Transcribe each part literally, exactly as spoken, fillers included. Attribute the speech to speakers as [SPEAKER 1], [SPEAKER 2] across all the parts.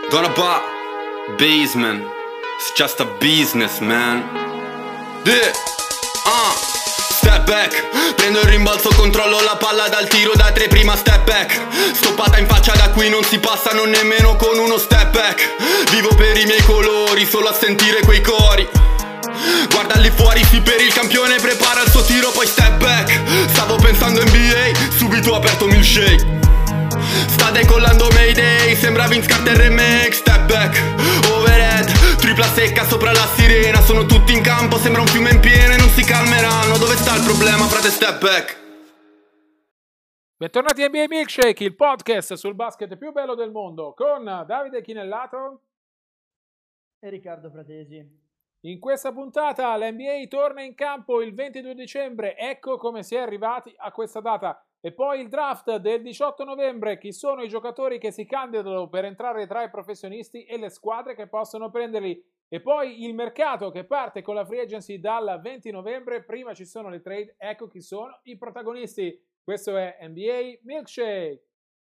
[SPEAKER 1] Gonna buy basement. It's just a business, man. Yeah. Uh. Step back. Prendo il rimbalzo, controllo la palla dal tiro da tre, prima step back. Stoppata in faccia, da qui non si passa non nemmeno con uno step back. Vivo per i miei colori, solo a sentire quei cori. Guarda lì fuori, sì, per il campione prepara il suo tiro, poi step back. Stavo pensando N B A, subito ho aperto milkshake. Sta decollando Mayday, sembra Vince Carter remake. Step back, overhead, tripla secca sopra la sirena. Sono tutti in campo, sembra un fiume in piena e non si calmeranno. Dove sta il problema, frate, step back?
[SPEAKER 2] Bentornati a N B A Milkshake, il podcast sul basket più bello del mondo, con Davide Chinellato
[SPEAKER 3] e Riccardo Fratesi.
[SPEAKER 2] In questa puntata l'N B A torna in campo il ventidue dicembre, ecco come si è arrivati a questa data. E poi il draft del diciotto novembre, chi sono i giocatori che si candidano per entrare tra i professionisti e le squadre che possono prenderli. E poi il mercato che parte con la free agency dal venti novembre, prima ci sono le trade, ecco chi sono i protagonisti. Questo è N B A Milkshake.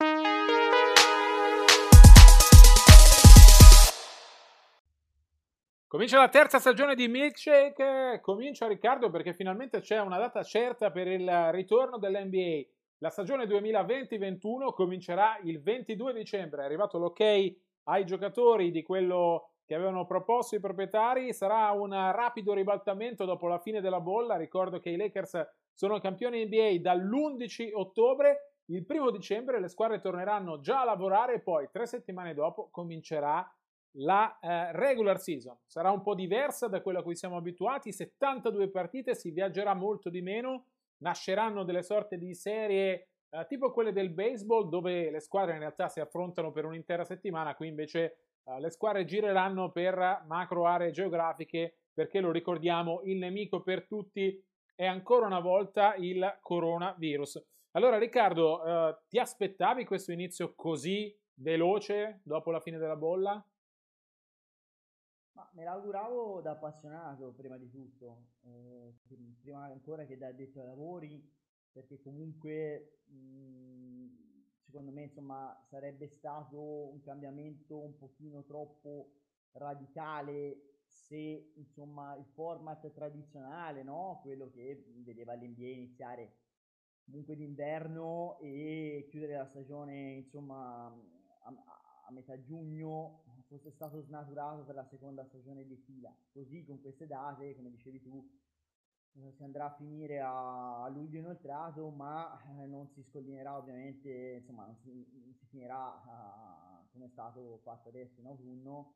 [SPEAKER 2] Comincia la terza stagione di Milkshake, comincia Riccardo perché finalmente c'è una data certa per il ritorno dell'N B A. La stagione duemilaventi ventuno comincerà il ventidue dicembre, è arrivato l'ok ai giocatori di quello che avevano proposto i proprietari, sarà un rapido ribaltamento dopo la fine della bolla. Ricordo che i Lakers sono campioni N B A dall'undici ottobre, il primo dicembre le squadre torneranno già a lavorare e poi tre settimane dopo comincerà la eh, regular season. Sarà un po' diversa da quella a cui siamo abituati, settantadue partite, si viaggerà molto di meno, nasceranno delle sorte di serie eh, tipo quelle del baseball dove le squadre in realtà si affrontano per un'intera settimana, qui invece eh, le squadre gireranno per macro aree geografiche perché, lo ricordiamo, il nemico per tutti è ancora una volta il coronavirus. Allora Riccardo, eh, ti aspettavi questo inizio così veloce dopo la fine della bolla?
[SPEAKER 3] Ma me l'auguravo da appassionato, prima di tutto, eh, prima ancora che da addetto ai lavori, perché comunque mh, secondo me insomma sarebbe stato un cambiamento un pochino troppo radicale se insomma il format tradizionale, no? Quello che vedeva l'N B A iniziare comunque d'inverno e chiudere la stagione insomma a, a metà giugno, fosse stato snaturato per la seconda stagione di fila. Così con queste date, come dicevi tu, si andrà a finire a, a luglio inoltrato, ma eh, non si scollinerà ovviamente, insomma non si, non si finirà uh, come è stato fatto adesso in autunno,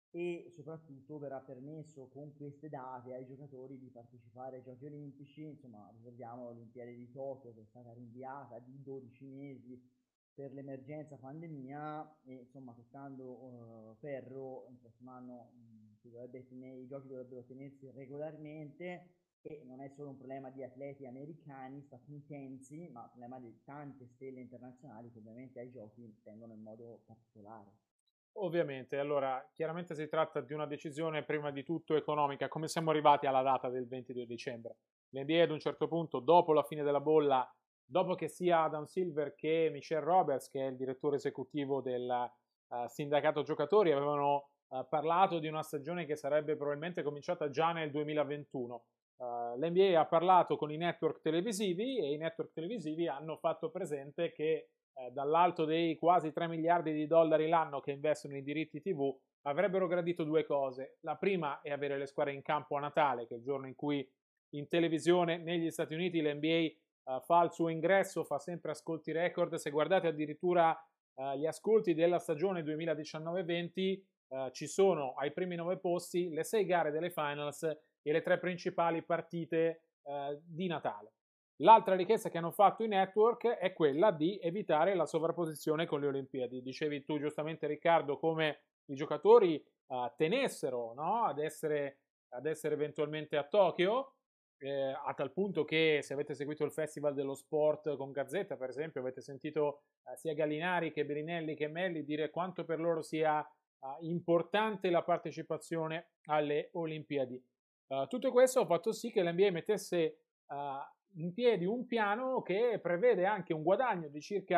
[SPEAKER 3] e soprattutto verrà permesso con queste date ai giocatori di partecipare ai Giochi Olimpici. Insomma, ricordiamo l'Olimpiade di Tokyo che è stata rinviata di dodici mesi per l'emergenza pandemia e insomma toccando uh, ferro il prossimo anno mh, dovrebbe, i giochi dovrebbero tenersi regolarmente, e non è solo un problema di atleti americani statunitensi, ma un problema di tante stelle internazionali che ovviamente ai giochi tengono in modo particolare.
[SPEAKER 2] Ovviamente, allora chiaramente si tratta di una decisione prima di tutto economica. Come siamo arrivati alla data del ventidue dicembre? L'N B A ad un certo punto, dopo la fine della bolla, dopo che sia Adam Silver che Michelle Roberts, che è il direttore esecutivo del uh, sindacato giocatori, avevano uh, parlato di una stagione che sarebbe probabilmente cominciata già nel duemilaventuno. Uh, L'N B A ha parlato con i network televisivi e i network televisivi hanno fatto presente che eh, dall'alto dei quasi tre miliardi di dollari l'anno che investono in diritti tivù avrebbero gradito due cose. La prima è avere le squadre in campo a Natale, che è il giorno in cui in televisione negli Stati Uniti l'N B A uh, fa il suo ingresso, fa sempre ascolti record. Se guardate addirittura uh, gli ascolti della stagione duemiladiciannove venti, uh, ci sono ai primi nove posti le sei gare delle finals e le tre principali partite uh, di Natale. L'altra richiesta che hanno fatto i network è quella di evitare la sovrapposizione con le Olimpiadi. Dicevi tu giustamente, Riccardo, come i giocatori uh, tenessero, no? ad, essere, ad essere eventualmente a Tokyo, eh, a tal punto che, se avete seguito il Festival dello Sport con Gazzetta, per esempio, avete sentito uh, sia Gallinari che Berinelli che Melli dire quanto per loro sia uh, importante la partecipazione alle Olimpiadi. Uh, tutto questo ha fatto sì che l'N B A mettesse uh, in piedi un piano che prevede anche un guadagno di circa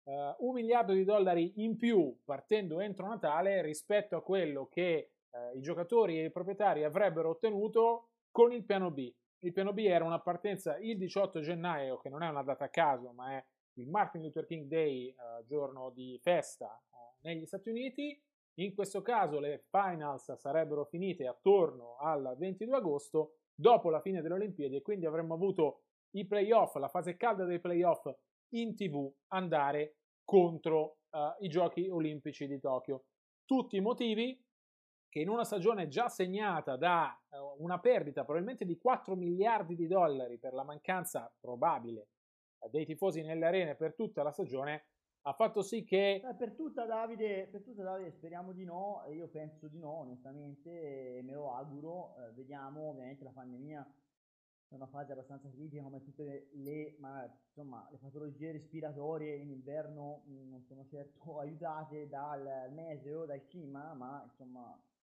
[SPEAKER 2] uh, un miliardo di dollari in più partendo entro Natale rispetto a quello che uh, i giocatori e i proprietari avrebbero ottenuto con il piano B. Il piano B era una partenza il diciotto gennaio, che non è una data a caso, ma è il Martin Luther King Day, uh, giorno di festa uh, negli Stati Uniti. In questo caso le finals sarebbero finite attorno al ventidue agosto, dopo la fine delle Olimpiadi, e quindi avremmo avuto i playoff, la fase calda dei playoff in tv andare contro uh, i Giochi Olimpici di Tokyo. Tutti i motivi che in una stagione già segnata da uh, una perdita probabilmente di quattro miliardi di dollari per la mancanza probabile uh, dei tifosi nelle arene per tutta la stagione, ha fatto sì che...
[SPEAKER 3] Eh, per tutta Davide, per tutta Davide speriamo di no, io penso di no onestamente, e me lo auguro, eh, vediamo. Ovviamente la pandemia è una fase abbastanza critica come tutte le, le, ma, insomma, le patologie respiratorie in inverno mh, non sono certo aiutate dal mese o dal clima, ma insomma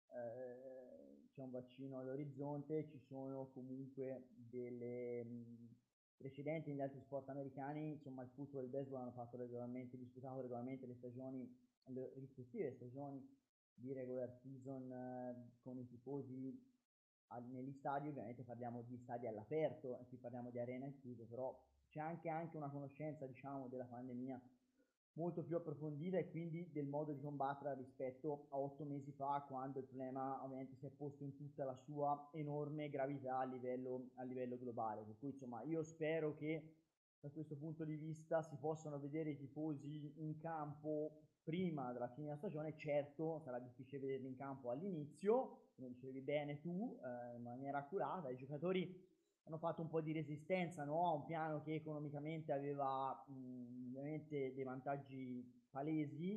[SPEAKER 3] eh, c'è un vaccino all'orizzonte, ci sono comunque delle... Mh, precedenti negli altri sport americani. Insomma, il football e il baseball hanno fatto regolarmente, disputato regolarmente le stagioni, le rispettive stagioni di regular season eh, con i tifosi a, negli stadi. Ovviamente parliamo di stadi all'aperto, e qui parliamo di arena in chiuso, però c'è anche, anche una conoscenza, diciamo, della pandemia molto più approfondita e quindi del modo di combatterla rispetto a otto mesi fa, quando il problema ovviamente si è posto in tutta la sua enorme gravità a livello, a livello globale. Per cui insomma io spero che da questo punto di vista si possano vedere i tifosi in campo prima della fine della stagione. Certo sarà difficile vederli in campo all'inizio, come dicevi bene tu, eh, in maniera accurata. I giocatori hanno fatto un po' di resistenza, no? A un piano che economicamente aveva mh, ovviamente dei vantaggi palesi.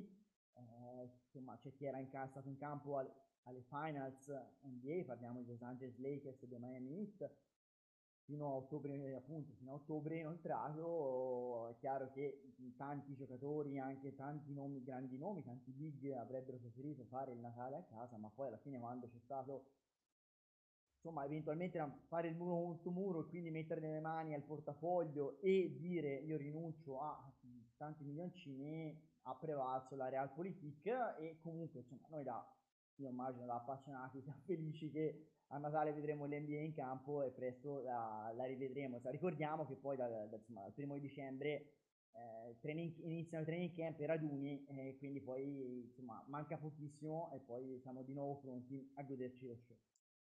[SPEAKER 3] Eh, insomma, c'è chi era in casa, stato in campo al, alle finals N B A, parliamo di Los Angeles Lakers e dei Miami Heat, fino a ottobre, appunto, fino a ottobre inoltrato. È chiaro che tanti giocatori, anche tanti nomi, grandi nomi, tanti big avrebbero preferito fare il Natale a casa, ma poi alla fine quando c'è stato, insomma, eventualmente fare il muro contro muro e quindi mettere nelle mani al portafoglio e dire io rinuncio a tanti milioncini, ha prevalso la realpolitik. E comunque insomma noi da, io immagino da appassionati, siamo felici che a Natale vedremo l'N B A in campo e presto la, la rivedremo. Cioè, ricordiamo che poi dal, dal, insomma, dal primo di dicembre eh, training, iniziano i training camp e raduni, e quindi poi insomma manca pochissimo e poi siamo di nuovo pronti a goderci lo show.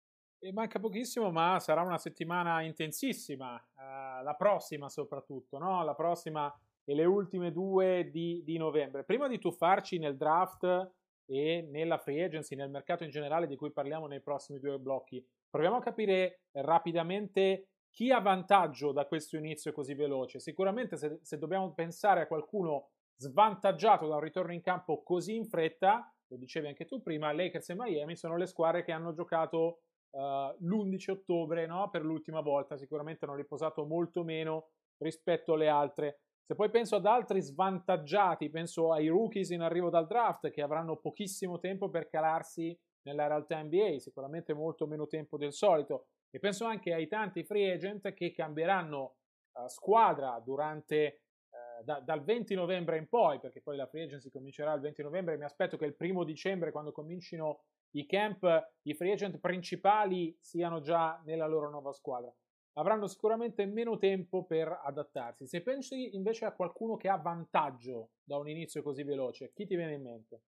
[SPEAKER 2] E manca pochissimo, ma sarà una settimana intensissima, uh, la prossima soprattutto, no? La prossima e le ultime due di, di novembre. Prima di tuffarci nel draft e nella free agency, nel mercato in generale di cui parliamo nei prossimi due blocchi, proviamo a capire rapidamente chi ha vantaggio da questo inizio così veloce. Sicuramente se, se dobbiamo pensare a qualcuno svantaggiato da un ritorno in campo così in fretta, lo dicevi anche tu prima, Lakers e Miami sono le squadre che hanno giocato Uh, l'undici ottobre, no? Per l'ultima volta. Sicuramente hanno riposato molto meno rispetto alle altre. Se poi penso ad altri svantaggiati, penso ai rookies in arrivo dal draft che avranno pochissimo tempo per calarsi nella realtà N B A, sicuramente molto meno tempo del solito, e penso anche ai tanti free agent che cambieranno uh, squadra durante uh, da, dal venti novembre in poi, perché poi la free agency comincerà il venti novembre e mi aspetto che il primo dicembre, quando comincino i camp, i free agent principali siano già nella loro nuova squadra. Avranno sicuramente meno tempo per adattarsi. Se pensi invece a qualcuno che ha vantaggio da un inizio così veloce, chi ti viene in mente?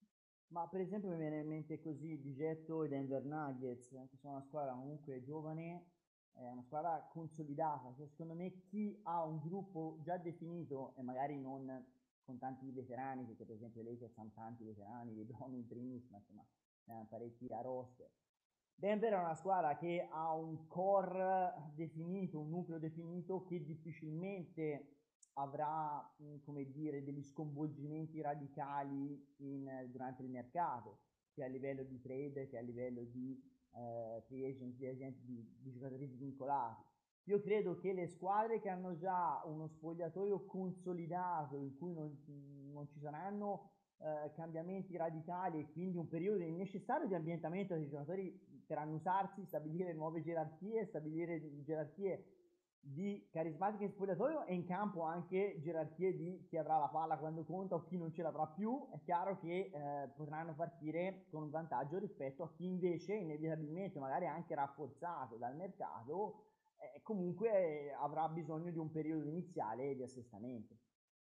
[SPEAKER 3] Ma per esempio mi viene in mente così di getto i Denver Nuggets, che sono una squadra comunque giovane, è una squadra consolidata. Cioè, secondo me chi ha un gruppo già definito e magari non con tanti veterani, perché per esempio i Lakers hanno tanti veterani, LeBron in primis, ma insomma eh, parecchi a roster. Denver è una squadra che ha un core definito, un nucleo definito, che difficilmente avrà, come dire, degli sconvolgimenti radicali in, durante il mercato, sia a livello di trade che a livello di eh, free agent, di, agenti, di, di giocatori vincolati. Io credo che le squadre che hanno già uno spogliatoio consolidato, in cui non, non ci saranno eh, cambiamenti radicali e quindi un periodo necessario di ambientamento dei giocatori per annusarsi, stabilire nuove gerarchie, stabilire gerarchie di carismatiche spogliatoio e in campo anche gerarchie di chi avrà la palla quando conta o chi non ce l'avrà più. È chiaro che eh, potranno partire con un vantaggio rispetto a chi invece inevitabilmente, magari anche rafforzato dal mercato, eh, comunque eh, avrà bisogno di un periodo iniziale di assestamento.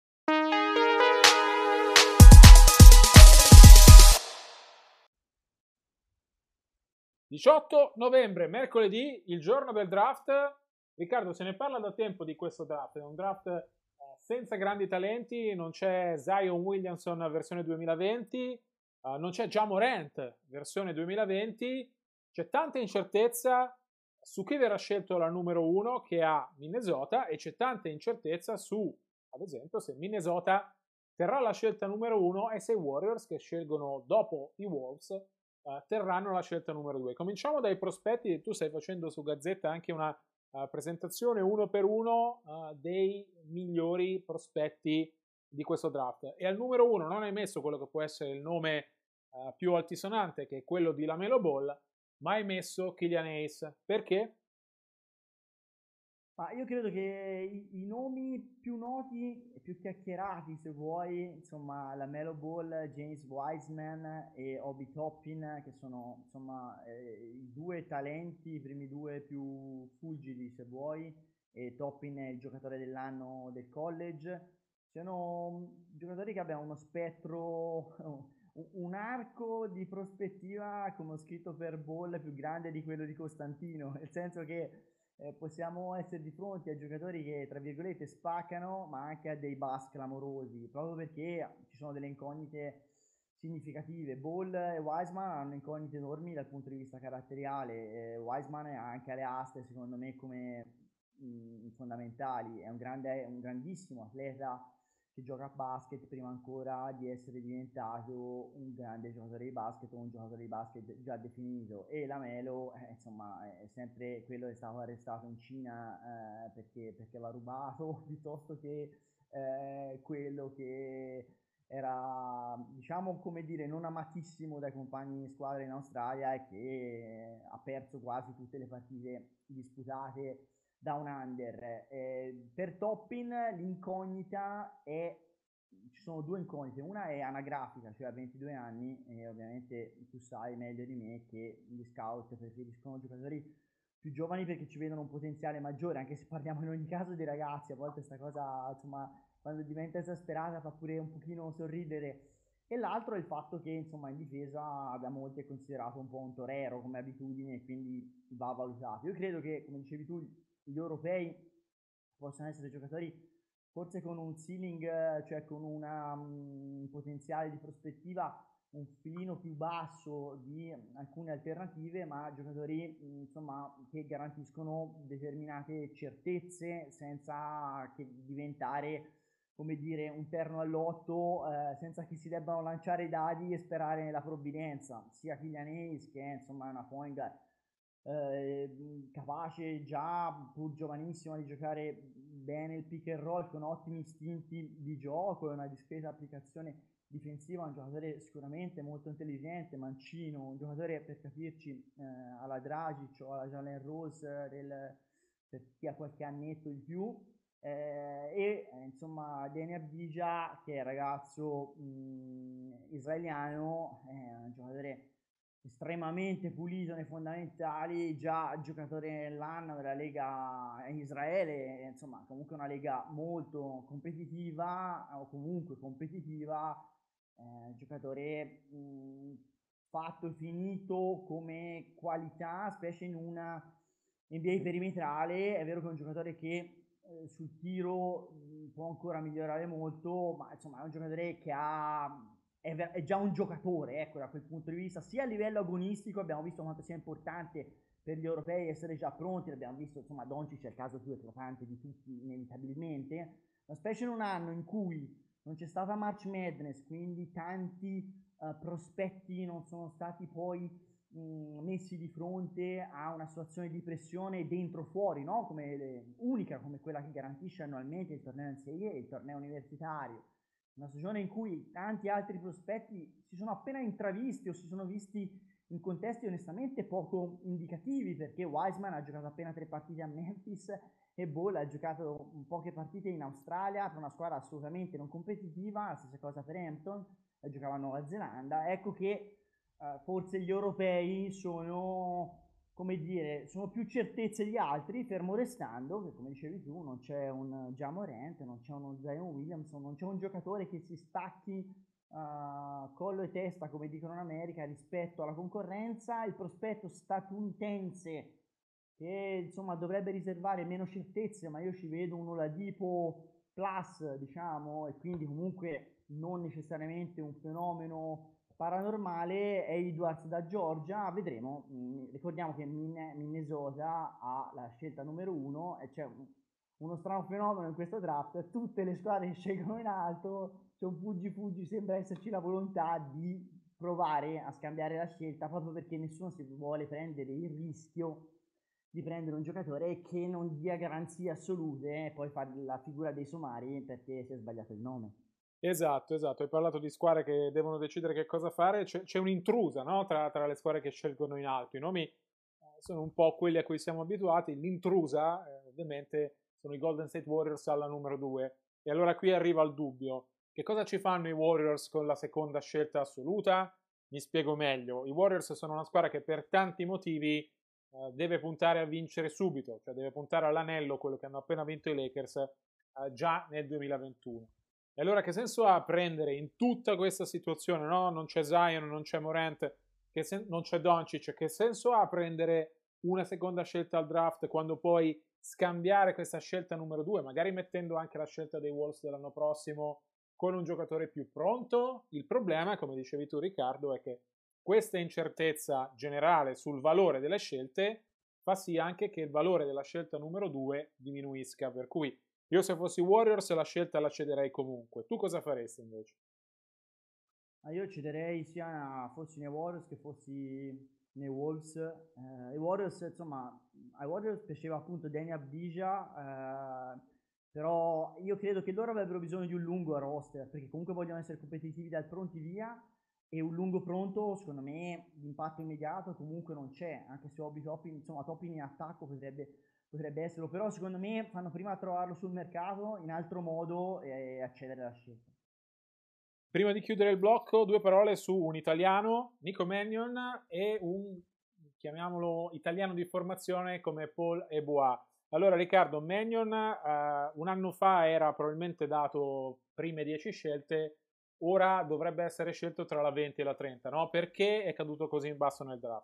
[SPEAKER 2] diciotto novembre, mercoledì, il giorno del draft. Riccardo, se ne parla da tempo di questo draft, è un draft eh, senza grandi talenti, non c'è Zion Williamson versione duemilaventi, eh, non c'è Ja Morant versione duemilaventi, c'è tanta incertezza su chi verrà scelto la numero uno che ha Minnesota e c'è tanta incertezza su, ad esempio, se Minnesota terrà la scelta numero uno e se i Warriors, che scelgono dopo i Wolves, Uh, terranno la scelta numero due. Cominciamo dai prospetti. Tu stai facendo su Gazzetta anche una uh, presentazione uno per uno uh, dei migliori prospetti di questo draft, e al numero uno non hai messo quello che può essere il nome uh, più altisonante, che è quello di LaMelo Ball, ma hai messo Killian Hayes. Perché?
[SPEAKER 3] Ma io credo che i, i nomi più noti e più chiacchierati, se vuoi, insomma, LaMelo Ball, James Wiseman e Obi Toppin, che sono insomma eh, i due talenti, i primi due più fulgidi, se vuoi, e Toppin è il giocatore dell'anno del college. Sono giocatori che abbiano uno spettro, un arco di prospettiva, come ho scritto per Ball, più grande di quello di Costantino, nel senso che Eh, possiamo essere di fronte a giocatori che tra virgolette spaccano, ma anche a dei bust clamorosi, proprio perché ci sono delle incognite significative. Ball e Wiseman hanno incognite enormi dal punto di vista caratteriale. eh, Wiseman ha anche le aste secondo me come mh, fondamentali, è un, grande, un grandissimo atleta che gioca a basket prima ancora di essere diventato un grande giocatore di basket o un giocatore di basket già definito. E LaMelo eh, insomma è sempre quello che è stato arrestato in Cina eh, perché, perché aveva rubato, piuttosto che eh, quello che era, diciamo, come dire, non amatissimo dai compagni di squadra in Australia e che ha perso quasi tutte le partite disputate da un under. Eh, per Toppin l'incognita è, ci sono due incognite, una è anagrafica, cioè a ventidue anni, e ovviamente tu sai meglio di me che gli scout preferiscono giocatori più giovani perché ci vedono un potenziale maggiore, anche se parliamo in ogni caso di ragazzi, a volte questa cosa, insomma, quando diventa esasperata fa pure un pochino sorridere. E l'altro è il fatto che, insomma, in difesa da molti è considerato un po' un torero come abitudine e quindi va valutato. Io credo che, come dicevi tu, gli europei possono essere giocatori forse con un ceiling, cioè con una, um, un potenziale di prospettiva un filino più basso di alcune alternative, ma giocatori insomma che garantiscono determinate certezze senza che diventare, come dire, un terno all'otto, eh, senza che si debbano lanciare i dadi e sperare nella provvidenza. Sia Killian Hayes, che è insomma una point guard eh, capace già pur giovanissima di giocare bene il pick and roll con ottimi istinti di gioco e una discreta applicazione difensiva, un giocatore sicuramente molto intelligente, mancino, un giocatore per capirci eh, alla Dragic o alla Jalen Rose del, per chi ha qualche annetto in più, eh, e eh, insomma Deni Avdija, che è il ragazzo mh, israeliano, è un giocatore estremamente pulito nei fondamentali, già giocatore nell'anno della Lega in Israele, insomma comunque una lega molto competitiva o comunque competitiva, eh, giocatore mh, fatto e finito come qualità, specie in una N B A perimetrale. È vero che è un giocatore che eh, sul tiro mh, può ancora migliorare molto, ma insomma è un giocatore che ha è, è già un giocatore, ecco, da quel punto di vista, sia a livello agonistico, abbiamo visto quanto sia importante per gli europei essere già pronti, l'abbiamo visto, insomma, Doncic è il caso più eclatante di tutti, inevitabilmente, ma specie in un anno in cui non c'è stata March Madness, quindi tanti uh, prospetti non sono stati poi mh, messi di fronte a una situazione di pressione dentro fuori, no? Come le, unica come quella che garantisce annualmente il torneo N C A A, il torneo universitario. Una stagione in cui tanti altri prospetti si sono appena intravisti o si sono visti in contesti onestamente poco indicativi, perché Wiseman ha giocato appena tre partite a Memphis e Ball ha giocato poche partite in Australia per una squadra assolutamente non competitiva, la stessa cosa per Hampton, giocava a Nuova Zelanda. Ecco che uh, forse gli europei sono, come dire, sono più certezze di altri, fermo restando che, come dicevi tu, non c'è un Ja Morant, non c'è uno Zion Williamson, non c'è un giocatore che si stacchi Uh, collo e testa, come dicono in America, rispetto alla concorrenza. Il prospetto statunitense, che insomma dovrebbe riservare meno certezze, ma io ci vedo un Oladipo plus, diciamo, e quindi comunque non necessariamente un fenomeno paranormale, è Edwards da Georgia. Vedremo. Mm, ricordiamo che Minnesota ha la scelta numero uno e c'è un, uno strano fenomeno in questo draft: tutte le squadre che scelgono in alto, c'è un fuggi fuggi, sembra esserci la volontà di provare a scambiare la scelta, proprio perché nessuno si vuole prendere il rischio di prendere un giocatore che non dia garanzie assolute e poi fare la figura dei somari perché si è sbagliato il nome.
[SPEAKER 2] Esatto, esatto. Hai parlato di squadre che devono decidere che cosa fare. C'è, c'è un'intrusa, no? tra, tra le squadre che scelgono in alto. I nomi eh, sono un po' quelli a cui siamo abituati. L'intrusa, eh, ovviamente, sono i Golden State Warriors alla numero due. E allora qui arriva il dubbio. Che cosa ci fanno i Warriors con la seconda scelta assoluta? Mi spiego meglio. I Warriors sono una squadra che per tanti motivi eh, deve puntare a vincere subito, cioè deve puntare all'anello, quello che hanno appena vinto i Lakers, eh, già nel duemilaventuno. E allora che senso ha prendere in tutta questa situazione, no? Non c'è Zion, non c'è Morant, che sen- non c'è Doncic, che senso ha prendere una seconda scelta al draft quando puoi scambiare questa scelta numero due, magari mettendo anche la scelta dei Wolves dell'anno prossimo con un giocatore più pronto? Il problema, come dicevi tu Riccardo, è che questa incertezza generale sul valore delle scelte fa sì anche che il valore della scelta numero due diminuisca, per cui io se fossi Warriors la scelta la cederei comunque. Tu cosa faresti invece?
[SPEAKER 3] Ah, io cederei sia fossi nei Warriors che fossi nei Wolves. Eh, I Warriors, insomma, ai Warriors piaceva appunto Danny Avdija, eh, però io credo che loro avrebbero bisogno di un lungo roster, perché comunque vogliono essere competitivi dal pronti via, e un lungo pronto, secondo me, l'impatto immediato comunque non c'è, anche se Obi Toppin, insomma, Toppin in attacco potrebbe, potrebbe esserlo, però secondo me fanno prima a trovarlo sul mercato in altro modo e accedere alla scelta.
[SPEAKER 2] Prima di chiudere il blocco, due parole su un italiano, Nico Mannion, e un, chiamiamolo, italiano di formazione come Paul Ebois. Allora Riccardo, Mannion eh, un anno fa era probabilmente dato prime dieci scelte, ora dovrebbe essere scelto tra la venti e la trenta, no? Perché è caduto così in basso nel draft?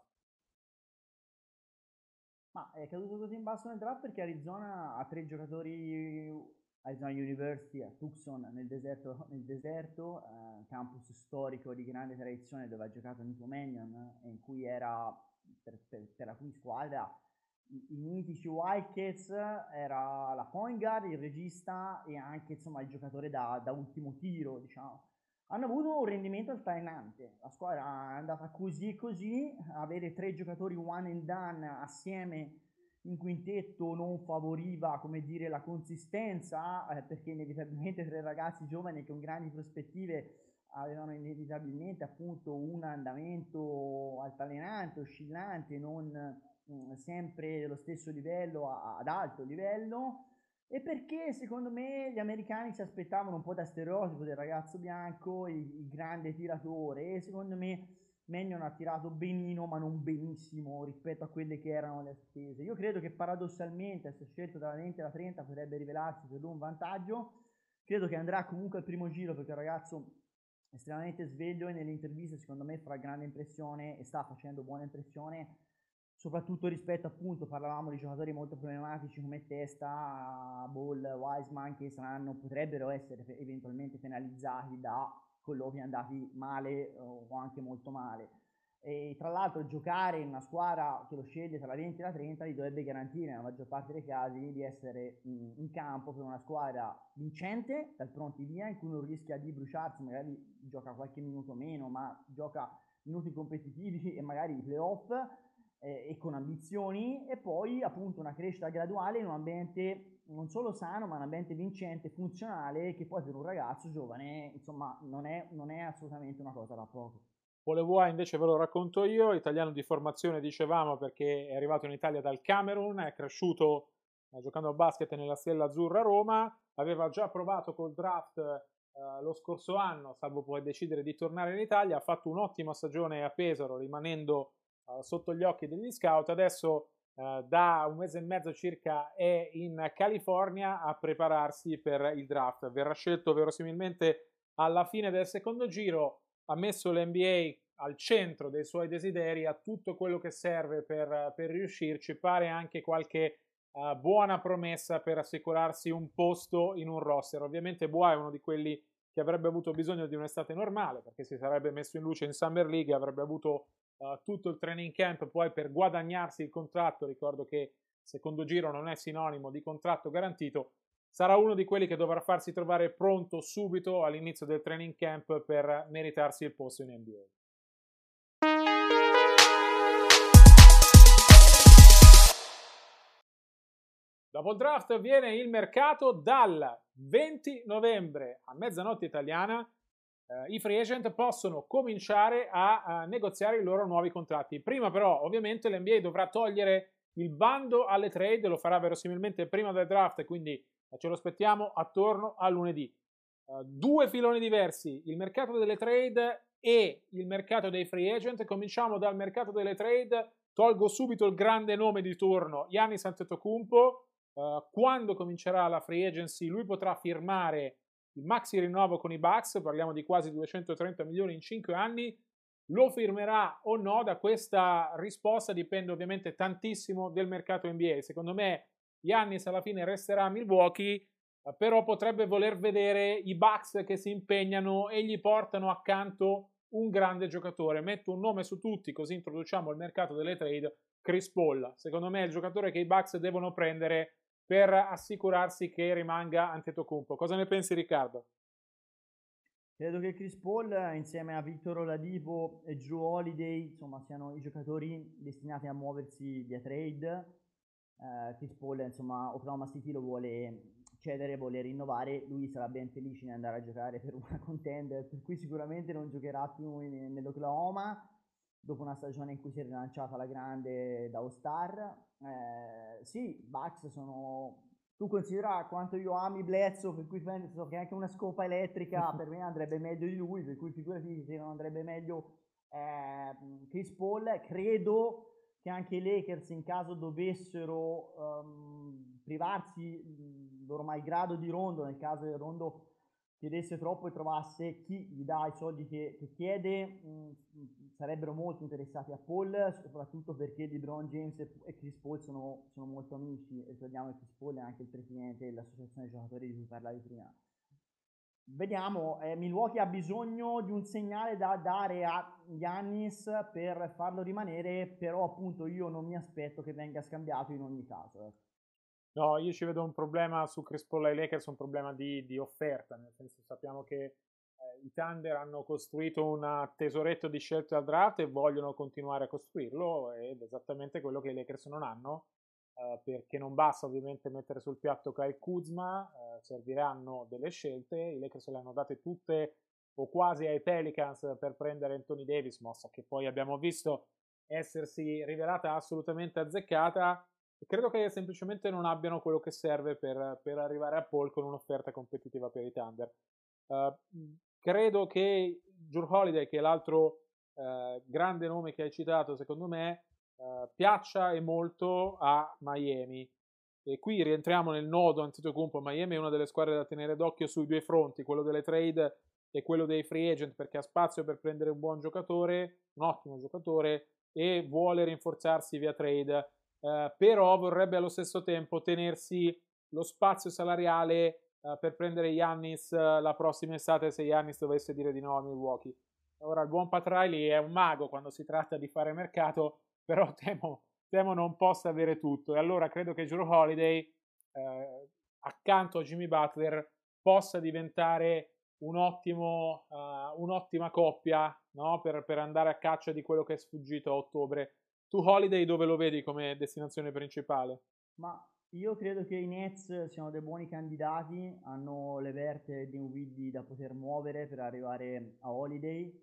[SPEAKER 3] Ma è caduto così in basso nel draft perché Arizona ha tre giocatori, Arizona University a Tucson nel deserto, nel deserto eh, campus storico di grande tradizione dove ha giocato Nico Mannion e in cui era, per, per, per la cui squadra, i, i mitici Wildcats, era la point guard, il regista e anche insomma il giocatore da, da ultimo tiro, diciamo. Hanno avuto un rendimento altalenante, la squadra è andata così e così, avere tre giocatori one and done assieme in quintetto non favoriva, come dire, la consistenza, eh, perché inevitabilmente tre ragazzi giovani con grandi prospettive avevano inevitabilmente appunto un andamento altalenante, oscillante, non mh, sempre dello stesso livello a, ad alto livello. E perché secondo me gli americani si aspettavano un po' da stereotipo del ragazzo bianco, il, il grande tiratore, e secondo me Mannion ha tirato benino ma non benissimo rispetto a quelle che erano le attese. Io credo che paradossalmente essere scelto dalla venti alla trenta potrebbe rivelarsi per lui un vantaggio. Credo che andrà comunque al primo giro perché è un ragazzo estremamente sveglio e nelle interviste secondo me fa grande impressione e sta facendo buona impressione, soprattutto rispetto appunto, parlavamo di giocatori molto problematici come Testa, Ball, Wiseman, che saranno, potrebbero essere eventualmente penalizzati da colloqui andati male o anche molto male. E tra l'altro giocare in una squadra che lo sceglie tra la venti e la trenta gli dovrebbe garantire nella maggior parte dei casi di essere in, in campo per una squadra vincente dal pronti via, in cui non rischia di bruciarsi, magari gioca qualche minuto meno ma gioca minuti competitivi e magari i playoff, eh, e con ambizioni, e poi appunto una crescita graduale in un ambiente non solo sano ma un ambiente vincente, funzionale, che poi per un ragazzo giovane insomma non è, non è assolutamente una cosa da poco.
[SPEAKER 2] Polevoi invece ve lo racconto io, italiano di formazione dicevamo perché è arrivato in Italia dal Camerun, è cresciuto eh, giocando a basket nella Stella Azzurra Roma, aveva già provato col draft eh, lo scorso anno, salvo poi decidere di tornare in Italia, ha fatto un'ottima stagione a Pesaro rimanendo eh, sotto gli occhi degli scout, adesso eh, da un mese e mezzo circa è in California a prepararsi per il draft, verrà scelto verosimilmente alla fine del secondo giro, ha messo l'N B A al centro dei suoi desideri, ha tutto quello che serve per, per riuscirci, pare anche qualche uh, buona promessa per assicurarsi un posto in un roster. Ovviamente Bois è uno di quelli che avrebbe avuto bisogno di un'estate normale, perché si sarebbe messo in luce in Summer League, avrebbe avuto uh, tutto il training camp poi per guadagnarsi il contratto. Ricordo che secondo giro non è sinonimo di contratto garantito. Sarà uno di quelli che dovrà farsi trovare pronto subito all'inizio del training camp per meritarsi il posto in N B A. Dopo il draft viene il mercato. Dal venti novembre a mezzanotte italiana eh, i free agent possono cominciare a, a negoziare i loro nuovi contratti. Prima però ovviamente l'N B A dovrà togliere il bando alle trade, lo farà verosimilmente prima del draft, quindi ce lo aspettiamo attorno a lunedì. Uh, due filoni diversi, il mercato delle trade e il mercato dei free agent. Cominciamo dal mercato delle trade, tolgo subito il grande nome di turno, Giannis Antetokounmpo. Uh, quando comincerà la free agency lui potrà firmare il maxi rinnovo con i Bucks, parliamo di quasi duecentotrenta milioni in cinque anni. Lo firmerà o no? Da questa risposta dipende ovviamente tantissimo del mercato N B A. Secondo me Giannis alla fine resterà a Milwaukee, però potrebbe voler vedere i Bucks che si impegnano e gli portano accanto un grande giocatore. Metto un nome su tutti, così introduciamo il mercato delle trade. Chris Paul, secondo me è il giocatore che i Bucks devono prendere per assicurarsi che rimanga Antetokounmpo. Cosa ne pensi, Riccardo?
[SPEAKER 3] Credo che Chris Paul insieme a Victor Oladipo e Drew Holiday insomma siano i giocatori destinati a muoversi via trade. Uh, Chris Paul insomma Oklahoma City lo vuole cedere, vuole rinnovare, lui sarà ben felice di andare a giocare per una contender, per cui sicuramente non giocherà più in, nell'Oklahoma dopo una stagione in cui si è rilanciata alla grande da All-Star. Eh, sì, Bucks sono... Tu considera quanto io ami Bledsoe, per cui penso che anche una scopa elettrica per me andrebbe meglio di lui, per cui figurati se non andrebbe meglio eh, Chris Paul. Credo che anche i Lakers, in caso dovessero um, privarsi mh, loro malgrado di Rondo, nel caso che Rondo chiedesse troppo e trovasse chi gli dà i soldi che, che chiede, mh, sarebbero molto interessati a Paul, soprattutto perché LeBron James e Chris Paul sono, sono molto amici. Ricordiamo che Chris Paul è anche il presidente dell'associazione giocatori di cui parlavi prima. Vediamo, eh, Milwaukee ha bisogno di un segnale da dare a Giannis per farlo rimanere, però appunto io non mi aspetto che venga scambiato in ogni caso.
[SPEAKER 2] No, io ci vedo un problema su Chris Paul ai Lakers, un problema di, di offerta, nel senso sappiamo che eh, i Thunder hanno costruito un tesoretto di scelte al draft e vogliono continuare a costruirlo, ed è esattamente quello che i Lakers non hanno, eh, perché non basta ovviamente mettere sul piatto Kyle Kuzma, eh, serviranno delle scelte. I Lakers le hanno date tutte o quasi ai Pelicans per prendere Anthony Davis, mossa che poi abbiamo visto essersi rivelata assolutamente azzeccata. Credo che semplicemente non abbiano quello che serve per, per arrivare a Paul con un'offerta competitiva per i Thunder. Uh, credo che Jrue Holiday, che è l'altro uh, grande nome che hai citato, secondo me uh, piaccia e molto a Miami. E qui rientriamo nel nodo Antetokounmpo. Miami è una delle squadre da tenere d'occhio sui due fronti, quello delle trade e quello dei free agent, perché ha spazio per prendere un buon giocatore, un ottimo giocatore, e vuole rinforzarsi via trade. Uh, però vorrebbe allo stesso tempo tenersi lo spazio salariale uh, per prendere Giannis uh, la prossima estate, se Giannis dovesse dire di no a Milwaukee. Ora il buon Pat Riley è un mago quando si tratta di fare mercato, però temo, temo non possa avere tutto, e allora credo che Jrue Holiday uh, accanto a Jimmy Butler possa diventare un ottimo, uh, un'ottima coppia, no? per, per andare a caccia di quello che è sfuggito a ottobre. Tu Holiday dove lo vedi come destinazione principale?
[SPEAKER 3] Ma io credo che i Nets siano dei buoni candidati, hanno le verte di un Dinwiddie da poter muovere per arrivare a Holiday.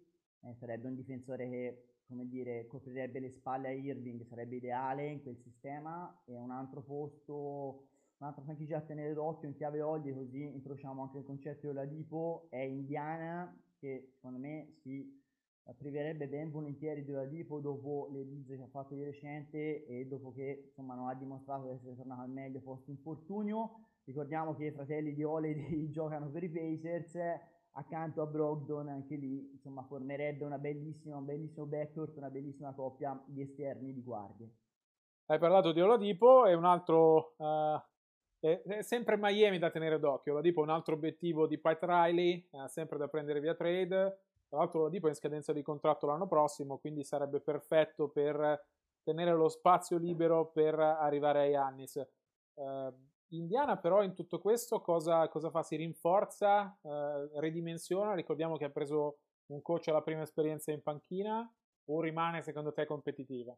[SPEAKER 3] eh, sarebbe un difensore che, come dire, coprirebbe le spalle a Irving, sarebbe ideale in quel sistema, e un altro posto, un'altra franchigia a tenere d'occhio in chiave Olli, così incrociamo anche il concetto di Oladipo, è Indiana, che secondo me si priverebbe ben volentieri di Oladipo dopo le bizze che ha fatto di recente e dopo che insomma non ha dimostrato di essere tornato al meglio post infortunio. Ricordiamo che i fratelli di Holiday giocano per i Pacers, accanto a Brogdon, anche lì insomma formerebbe una bellissima, un bellissimo backcourt, una bellissima coppia di esterni di guardie.
[SPEAKER 2] Hai parlato di Oladipo, è un altro uh, è, è sempre Miami da tenere d'occhio. Oladipo è un altro obiettivo di Pat Riley, uh, sempre da prendere via trade. Tra l'altro Oladipo è in scadenza di contratto l'anno prossimo, quindi sarebbe perfetto per tenere lo spazio libero per arrivare a Giannis. Uh, Indiana però in tutto questo cosa, cosa fa? Si rinforza, uh, ridimensiona? Ricordiamo che ha preso un coach alla prima esperienza in panchina, o rimane secondo te competitiva?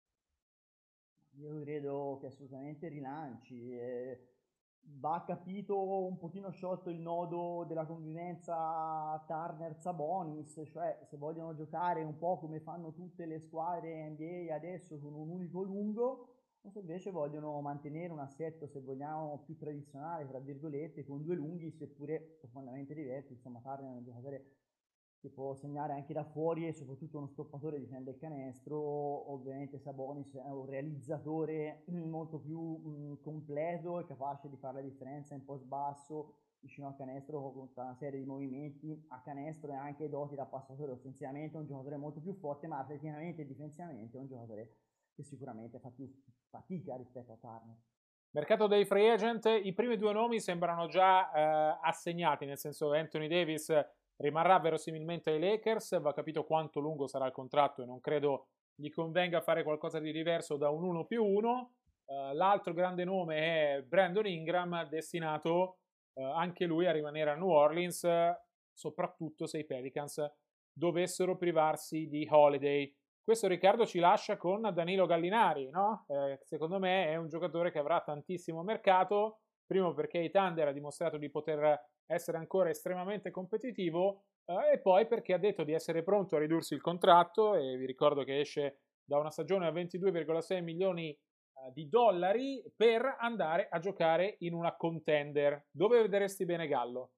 [SPEAKER 3] Io credo che assolutamente rilanci. Eh, va capito un pochino sciolto il nodo della convivenza Turner-Sabonis, cioè se vogliono giocare un po' come fanno tutte le squadre N B A adesso con un unico lungo, o se invece vogliono mantenere un assetto, se vogliamo, più tradizionale, tra virgolette, con due lunghi, seppure profondamente diversi. Insomma, Turner è un giocatore che può segnare anche da fuori e soprattutto uno stoppatore difende il canestro. Ovviamente Sabonis è un realizzatore molto più mh, completo e capace di fare la differenza in post basso vicino al canestro con tutta una serie di movimenti a canestro e anche doti da passatore. Offensivamente è un giocatore molto più forte, ma atleticamente e difensivamente è un giocatore che sicuramente fa più fatica rispetto a Turner.
[SPEAKER 2] Mercato dei free agent, i primi due nomi sembrano già eh, assegnati, nel senso Anthony Davis rimarrà verosimilmente ai Lakers, va capito quanto lungo sarà il contratto e non credo gli convenga fare qualcosa di diverso da un uno più uno. Uh, l'altro grande nome è Brandon Ingram, destinato uh, anche lui a rimanere a New Orleans, soprattutto se i Pelicans dovessero privarsi di Holiday. Questo Riccardo ci lascia con Danilo Gallinari, no? Eh, secondo me è un giocatore che avrà tantissimo mercato, primo perché i Thunder ha dimostrato di poter essere ancora estremamente competitivo, eh, e poi perché ha detto di essere pronto a ridursi il contratto, e vi ricordo che esce da una stagione a ventidue virgola sei milioni eh, di dollari per andare a giocare in una contender. Dove vedresti bene Gallo?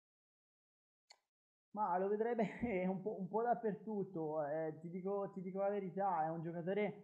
[SPEAKER 3] Ma lo vedrebbe un po', un po' dappertutto, eh, ti dico, ti dico la verità, è un giocatore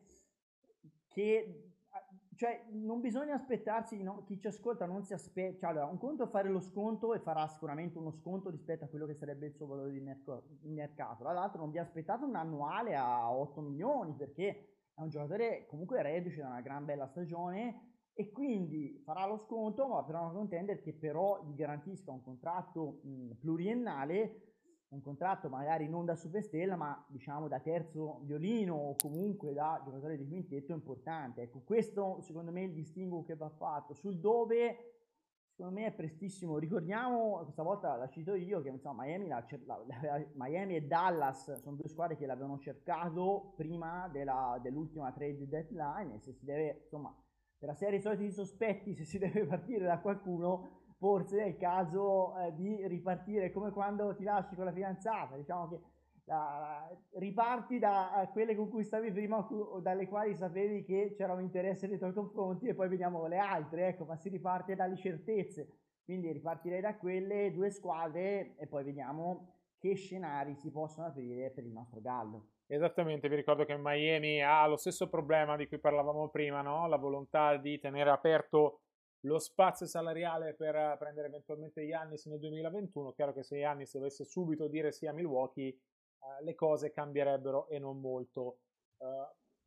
[SPEAKER 3] che, cioè, non bisogna aspettarsi, no? Chi ci ascolta non si aspetta, cioè, allora, un conto è fare lo sconto, e farà sicuramente uno sconto rispetto a quello che sarebbe il suo valore di merc- mercato, dall'altro non vi aspettate un annuale a otto milioni, perché è un giocatore comunque reduce da una gran bella stagione, e quindi farà lo sconto, ma per una contender che però gli garantisca un contratto mh, pluriennale, un contratto magari non da superstella, ma diciamo da terzo violino o comunque da giocatore di quintetto importante. Ecco, questo secondo me è il distinguo che va fatto. Sul dove, secondo me è prestissimo. Ricordiamo, questa volta la cito io, che insomma Miami, la, la, la, Miami e Dallas sono due squadre che l'avevano cercato prima della, dell'ultima trade deadline, e se si deve, insomma, per la serie soliti sospetti, se si deve partire da qualcuno, forse è il caso eh, di ripartire come quando ti lasci con la fidanzata, diciamo che la, riparti da quelle con cui stavi prima o dalle quali sapevi che c'era un interesse nei tuoi confronti, e poi vediamo le altre, ecco, ma si riparte dalle certezze, quindi ripartirei da quelle due squadre e poi vediamo che scenari si possono aprire per il nostro Gallo.
[SPEAKER 2] Esattamente, vi ricordo che Miami ha lo stesso problema di cui parlavamo prima, no? La volontà di tenere aperto lo spazio salariale per prendere eventualmente Giannis nel duemilaventuno. Chiaro che se Giannis dovesse subito dire sì a Milwaukee, eh, le cose cambierebbero e non molto. Uh,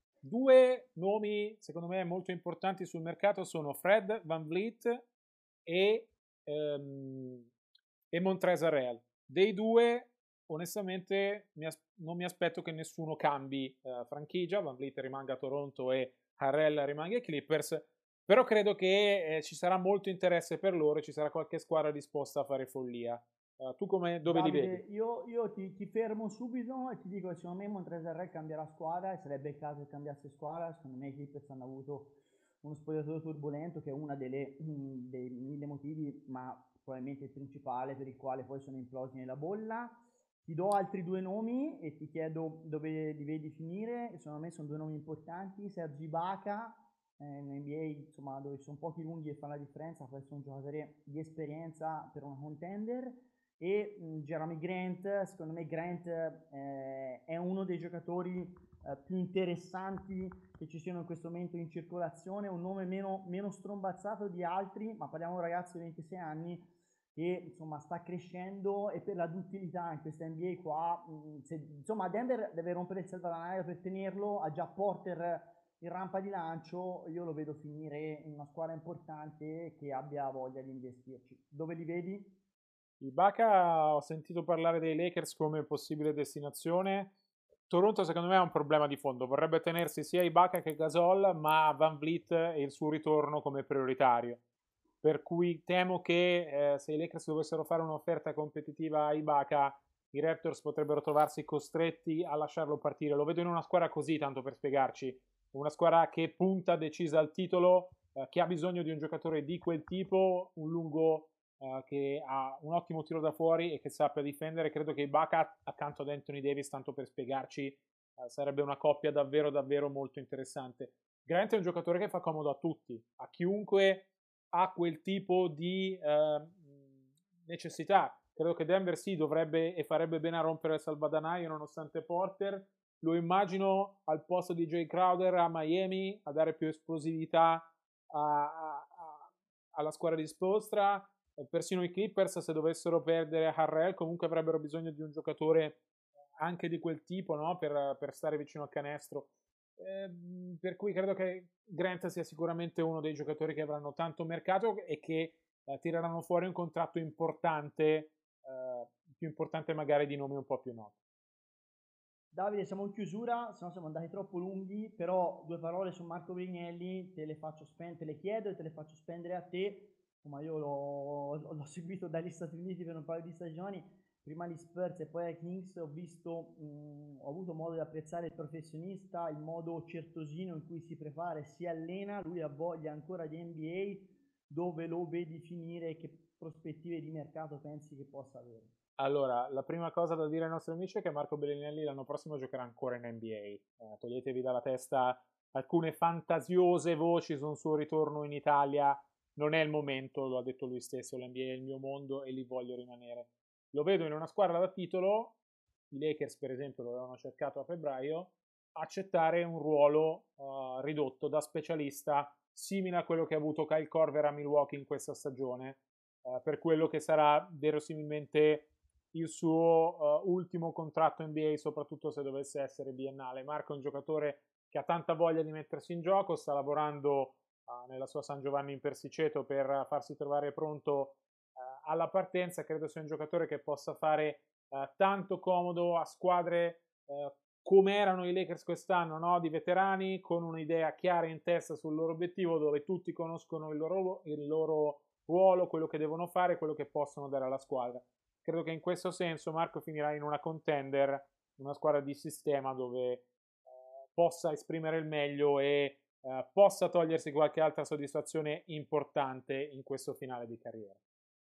[SPEAKER 2] due nomi secondo me molto importanti sul mercato sono Fred VanVleet e, um, e Montrezl Harrell. Dei due onestamente mi as- non mi aspetto che nessuno cambi uh, franchigia, VanVleet rimanga a Toronto e Harrell rimanga ai Clippers, però credo che eh, ci sarà molto interesse per loro e ci sarà qualche squadra disposta a fare follia. Uh, tu come, dove
[SPEAKER 3] Davide,
[SPEAKER 2] li vedi?
[SPEAKER 3] Io, io ti, ti fermo subito e ti dico che secondo me Montrezl Harrell cambierà squadra, e sarebbe il caso che cambiasse squadra. Secondo me i Clippers hanno avuto uno spogliatoio turbolento, che è uno dei mille motivi, ma probabilmente il principale per il quale poi sono implosi nella bolla. Ti do altri due nomi e ti chiedo dove li vedi finire. Secondo me sono due nomi importanti. Serge Ibaka, eh, in N B A, insomma, dove ci sono pochi lunghi e fa la differenza, può essere un giocatore di esperienza per una contender. E mh, Jeremy Grant, secondo me Grant eh, è uno dei giocatori eh, più interessanti che ci siano in questo momento in circolazione, un nome meno, meno strombazzato di altri, ma parliamo di un ragazzo di ventisei anni che insomma sta crescendo, e per la duttilità in questa N B A qua, mh, se, insomma Denver deve rompere il salvadanaio per tenerlo, ha già Porter in rampa di lancio, io lo vedo finire in una squadra importante che abbia voglia di investirci. Dove li vedi?
[SPEAKER 2] Ibaka, ho sentito parlare dei Lakers come possibile destinazione. Toronto secondo me ha un problema di fondo, vorrebbe tenersi sia Ibaka che Gasol, ma Van Vliet e il suo ritorno come prioritario. Per cui temo che eh, se i Lakers dovessero fare un'offerta competitiva a Ibaka, i Raptors potrebbero trovarsi costretti a lasciarlo partire. Lo vedo in una squadra così, tanto per spiegarci, una squadra che punta decisa al titolo, eh, che ha bisogno di un giocatore di quel tipo, un lungo eh, che ha un ottimo tiro da fuori e che sappia difendere. Credo che Ibaka accanto ad Anthony Davis, tanto per spiegarci, eh, sarebbe una coppia davvero davvero molto interessante. Grant è un giocatore che fa comodo a tutti, a chiunque ha quel tipo di eh, necessità. Credo che Denver sì, dovrebbe e farebbe bene a rompere il salvadanaio nonostante Porter. Lo immagino al posto di Jay Crowder a Miami, a dare più esplosività a, a, a, alla squadra di Spoelstra. Persino i Clippers, se dovessero perdere Harrell, comunque avrebbero bisogno di un giocatore anche di quel tipo, no? per, per stare vicino al canestro. Eh, per cui credo che Grant sia sicuramente uno dei giocatori che avranno tanto mercato e che eh, tireranno fuori un contratto importante, eh, più importante magari di nomi un po' più noti.
[SPEAKER 3] Davide, siamo in chiusura, se no siamo andati troppo lunghi, però due parole su Marco Brignelli te le faccio spendere, te le chiedo e te le faccio spendere a te. Ma io l'ho, l'ho seguito dagli Stati Uniti per un paio di stagioni, prima gli Spurs e poi ai Kings. Ho visto, mh, ho avuto modo di apprezzare il professionista, il modo certosino in cui si prepara e si allena. Lui ha voglia ancora di N B A. Dove lo vedi finire e che prospettive di mercato pensi che possa avere?
[SPEAKER 2] Allora, la prima cosa da dire ai nostri amici è che Marco Bellinelli l'anno prossimo giocherà ancora in N B A. Eh, toglietevi dalla testa alcune fantasiose voci su un suo ritorno in Italia. Non è il momento, lo ha detto lui stesso, l'N B A è il mio mondo e lì voglio rimanere. Lo vedo in una squadra da titolo, i Lakers per esempio lo avevano cercato a febbraio, accettare un ruolo uh, ridotto da specialista, simile a quello che ha avuto Kyle Korver a Milwaukee in questa stagione, uh, per quello che sarà verosimilmente il suo uh, ultimo contratto N B A, soprattutto se dovesse essere biennale. Marco è un giocatore che ha tanta voglia di mettersi in gioco, sta lavorando uh, nella sua San Giovanni in Persiceto per farsi trovare pronto uh, alla partenza. Credo sia un giocatore che possa fare uh, tanto comodo a squadre uh, come erano i Lakers quest'anno, no? Di veterani, con un'idea chiara in testa sul loro obiettivo, dove tutti conoscono il loro, il loro ruolo, quello che devono fare, quello che possono dare alla squadra. Credo che in questo senso Marco finirà in una contender, una squadra di sistema dove eh, possa esprimere il meglio e eh, possa togliersi qualche altra soddisfazione importante in questo finale di carriera.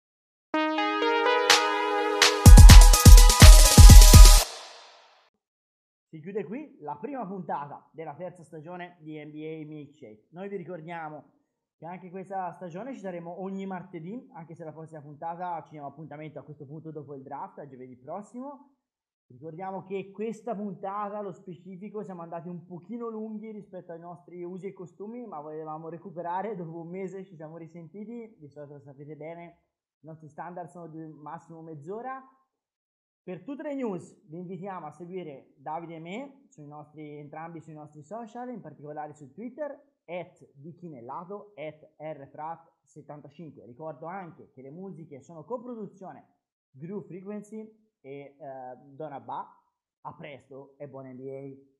[SPEAKER 3] Si chiude qui la prima puntata della terza stagione di N B A Milkshake. Noi vi ricordiamo che anche questa stagione ci saremo ogni martedì, anche se la prossima puntata ci diamo appuntamento a questo punto dopo il draft, a giovedì prossimo. Ricordiamo che questa puntata, allo specifico, siamo andati un pochino lunghi rispetto ai nostri usi e costumi, ma volevamo recuperare, dopo un mese ci siamo risentiti, di solito lo sapete bene, i nostri standard sono di massimo mezz'ora. Per tutte le news vi invitiamo a seguire Davide e me, sui nostri, entrambi sui nostri social, in particolare su Twitter, at dichinellato, at rfrat settantacinque. Ricordo anche che le musiche sono coproduzione Groove Frequency e uh, Donabà. A presto e buona N B A!